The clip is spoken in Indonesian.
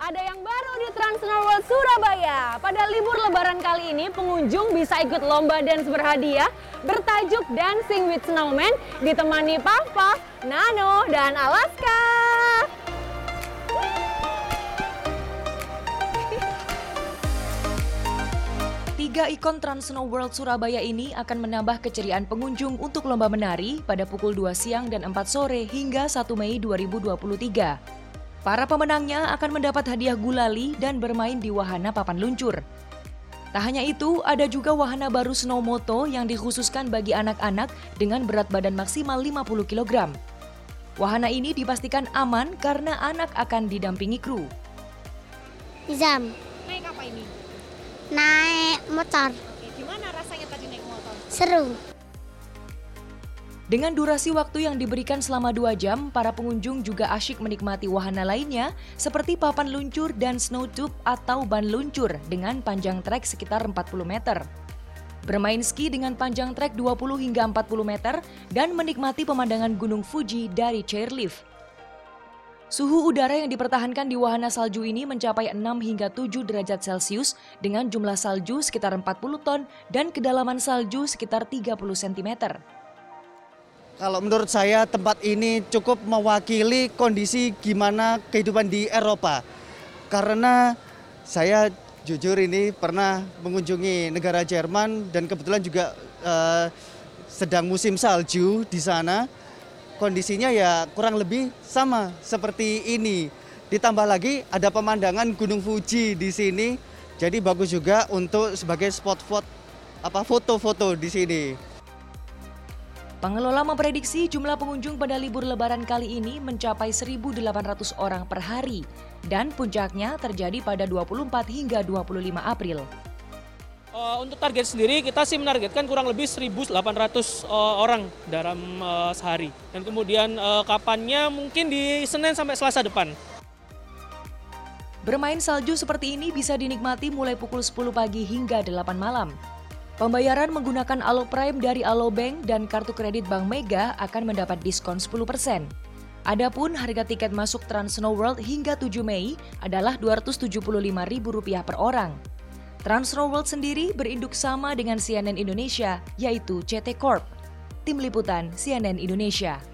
Ada yang baru di Trans Snow World Surabaya. Pada libur lebaran kali ini, pengunjung bisa ikut lomba dance berhadiah bertajuk Dancing with Snowman ditemani Papa, Nano, dan Alaska. Tiga ikon Trans Snow World Surabaya ini akan menambah keceriaan pengunjung untuk lomba menari pada pukul 2 siang dan 4 sore hingga 1 Mei 2023. Para pemenangnya akan mendapat hadiah gulali dan bermain di wahana papan luncur. Tak hanya itu, ada juga wahana baru Snowmoto yang dikhususkan bagi anak-anak dengan berat badan maksimal 50 kg. Wahana ini dipastikan aman karena anak akan didampingi kru. Izam. Naik apa ini? Naik motor. Oke, gimana rasanya tadi naik motor? Seru. Dengan durasi waktu yang diberikan selama 2 jam, para pengunjung juga asyik menikmati wahana lainnya seperti papan luncur dan snow tube atau ban luncur dengan panjang trek sekitar 40 meter. Bermain ski dengan panjang trek 20 hingga 40 meter dan menikmati pemandangan Gunung Fuji dari chairlift. Suhu udara yang dipertahankan di wahana salju ini mencapai 6 hingga 7 derajat Celcius dengan jumlah salju sekitar 40 ton dan kedalaman salju sekitar 30 cm. Kalau menurut saya tempat ini cukup mewakili kondisi gimana kehidupan di Eropa. Karena saya jujur ini pernah mengunjungi negara Jerman dan kebetulan juga sedang musim salju di sana. Kondisinya ya kurang lebih sama seperti ini. Ditambah lagi ada pemandangan Gunung Fuji di sini. Jadi bagus juga untuk sebagai spot foto-foto di sini. Pengelola memprediksi jumlah pengunjung pada libur lebaran kali ini mencapai 1.800 orang per hari dan puncaknya terjadi pada 24 hingga 25 April. Untuk target sendiri kita sih menargetkan kurang lebih 1.800 orang dalam sehari. Dan kemudian kapannya mungkin di Senin sampai Selasa depan. Bermain salju seperti ini bisa dinikmati mulai pukul 10 pagi hingga 8 malam. Pembayaran menggunakan Aloprime dari Alobank dan kartu kredit Bank Mega akan mendapat diskon 10%. Adapun harga tiket masuk Trans Snow World hingga 7 Mei adalah Rp275.000 per orang. Trans Snow World sendiri berinduk sama dengan CNN Indonesia, yaitu CT Corp. Tim Liputan CNN Indonesia.